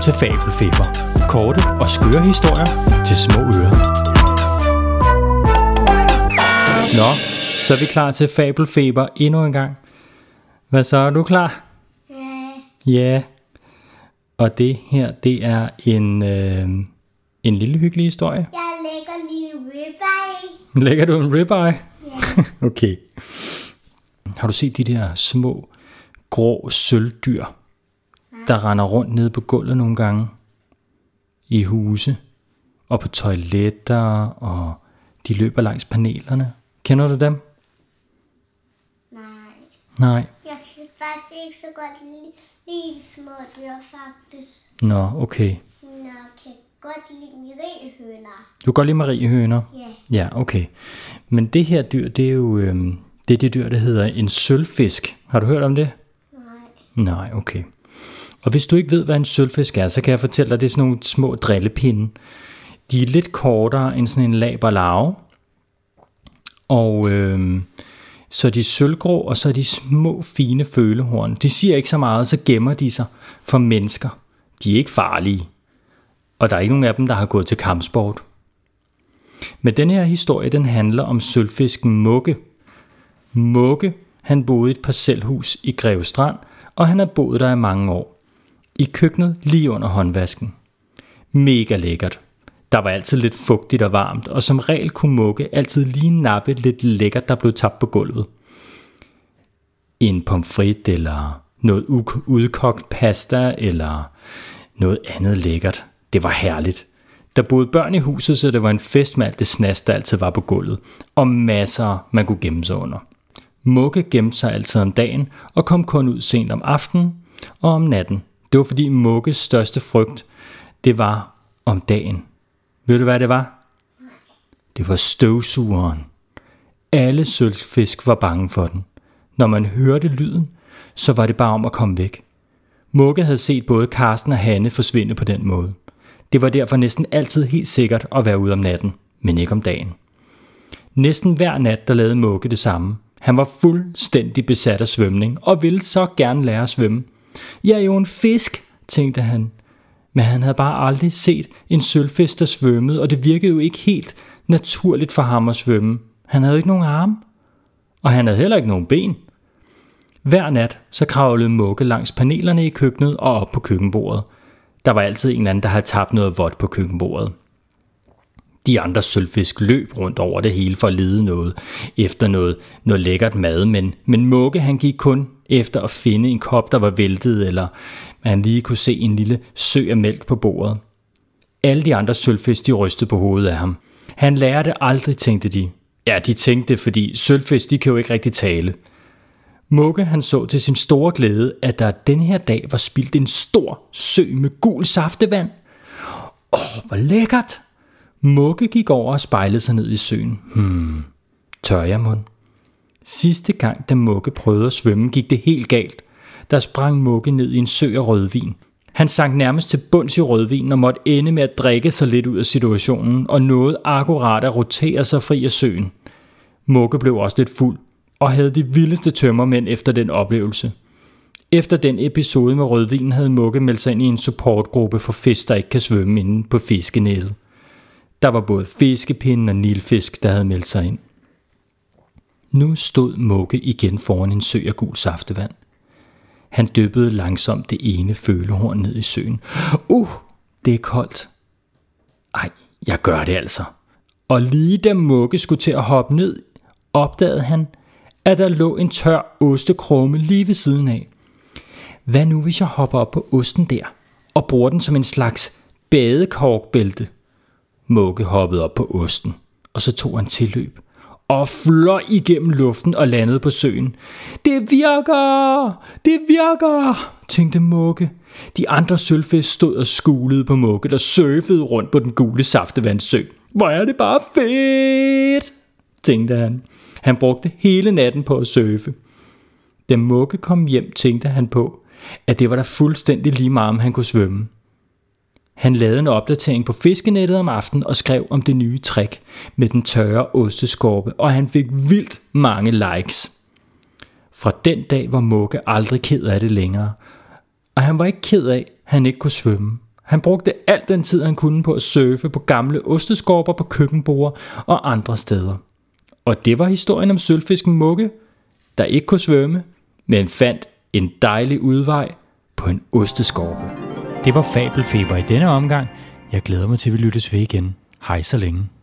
til Fabelfeber. Korte og skøre historier til små ører. Nå, så er vi klar til Fabelfeber endnu en gang. Hvad så, er du klar? Ja. Og det her, det er en lille hyggelig historie. Jeg lægger lille ribeye. Lægger du en ribeye? Ja. Okay. Har du set de der små, grå sølvdyr, der render rundt nede på gulvet nogle gange? I huse og på toiletter, og de løber langs panelerne. Kender du dem? Nej. Jeg kan faktisk ikke så godt lide små dyr, faktisk. Nå, okay. Jeg kan godt lide mariehøner. Du kan godt lide mariehøner? Ja. Ja, okay. Men det her dyr, det er jo det er det dyr, der hedder en sølvfisk. Har du hørt om det? Nej, okay. Og hvis du ikke ved, hvad en sølvfisk er, så kan jeg fortælle dig, det er sådan nogle små drillepinde. De er lidt kortere end sådan en laberlarve. Og så er de sølvgrå, og så er de små, fine følehorn. De siger ikke så meget, så gemmer de sig for mennesker. De er ikke farlige. Og der er ikke nogen af dem, der har gået til kampsport. Men den her historie, den handler om sølvfisken Mugge. Mugge, han boede i et parcelhus i Greve Strand, og han har boet der i mange år. I køkkenet lige under håndvasken. Mega lækkert. Der var altid lidt fugtigt og varmt, og som regel kunne Mugge altid lige nappe lidt lækkert, der blev tabt på gulvet. En pomfrit eller noget udkogt pasta eller noget andet lækkert. Det var herligt. Der boede børn i huset, så det var en fest med alt det snas, der altid var på gulvet, og masser, man kunne gemme sig under. Mugge gemte sig altid om dagen og kom kun ud sent om aftenen og om natten. Det var fordi Mugges største frygt, det var om dagen. Ved du hvad det var? Det var støvsugeren. Alle sølvfisk var bange for den. Når man hørte lyden, så var det bare om at komme væk. Mugge havde set både Karsten og Hanne forsvinde på den måde. Det var derfor næsten altid helt sikkert at være ude om natten, men ikke om dagen. Næsten hver nat, der lavede Mugge det samme. Han var fuldstændig besat af svømning og ville så gerne lære at svømme. Jeg er jo en fisk, tænkte han. Men han havde bare aldrig set en sølvfisk, der svømmede, og det virkede jo ikke helt naturligt for ham at svømme. Han havde ikke nogen arme, og han havde heller ikke nogen ben. Hver nat så kravlede Mugge langs panelerne i køkkenet og op på køkkenbordet. Der var altid en eller anden, der havde tabt noget vådt på køkkenbordet. De andre sølvfisk løb rundt over det hele for at lede noget efter noget lækkert mad, men Mugge han gik kun efter at finde en kop, der var væltet, eller man lige kunne se en lille sø af mælk på bordet. Alle de andre sølvfisk, de rystede på hovedet af ham. Han lærte aldrig, tænkte de. Ja, de tænkte, fordi sølvfisk, de kan jo ikke rigtig tale. Mugge han så til sin store glæde, at der den her dag var spildt en stor sø med gul saftevand. Hvor lækkert! Mugge gik over og spejlede sig ned i søen. Tør jeg mon? Sidste gang, da Mugge prøvede at svømme, gik det helt galt. Der sprang Mugge ned i en sø af rødvin. Han sank nærmest til bunds i rødvinen og måtte ende med at drikke sig lidt ud af situationen og nåede akkurat at rotere sig fri af søen. Mugge blev også lidt fuld og havde de vildeste tømmermænd efter den oplevelse. Efter den episode med rødvinen havde Mugge meldt sig ind i en supportgruppe for fisk, der ikke kan svømme inde på fiskenettet. Der var både fiskepinde og nilfisk, der havde meldt sig ind. Nu stod Mugge igen foran en sø af gul saftevand. Han dyppede langsomt det ene følehorn ned i søen. Det er koldt. Ej, jeg gør det altså. Og lige da Mugge skulle til at hoppe ned, opdagede han, at der lå en tør ostekrumme lige ved siden af. Hvad nu, hvis jeg hopper op på osten der, og bruger den som en slags badekorkbælte? Mugge hoppede op på osten, og så tog han tilløb og fløj igennem luften og landede på søen. Det virker, tænkte Mugge. De andre sølvfisk stod og skulede på Mugge, der surfede rundt på den gule saftevandssø. Hvor er det bare fedt, tænkte han. Han brugte hele natten på at surfe. Da Mugge kom hjem, tænkte han på, at det var der fuldstændig lige meget, om han kunne svømme. Han lavede en opdatering på fiskenettet om aftenen og skrev om det nye trick med den tørre osteskorpe, og han fik vildt mange likes. Fra den dag var Mugge aldrig ked af det længere, og han var ikke ked af, at han ikke kunne svømme. Han brugte al den tid, han kunne på at surfe på gamle osteskorper på køkkenborde og andre steder. Og det var historien om sølvfisken Mugge, der ikke kunne svømme, men fandt en dejlig udvej på en osteskorpe. Det var Fabelfeber i denne omgang. Jeg glæder mig til, at vi lyttes ved igen. Hej så længe.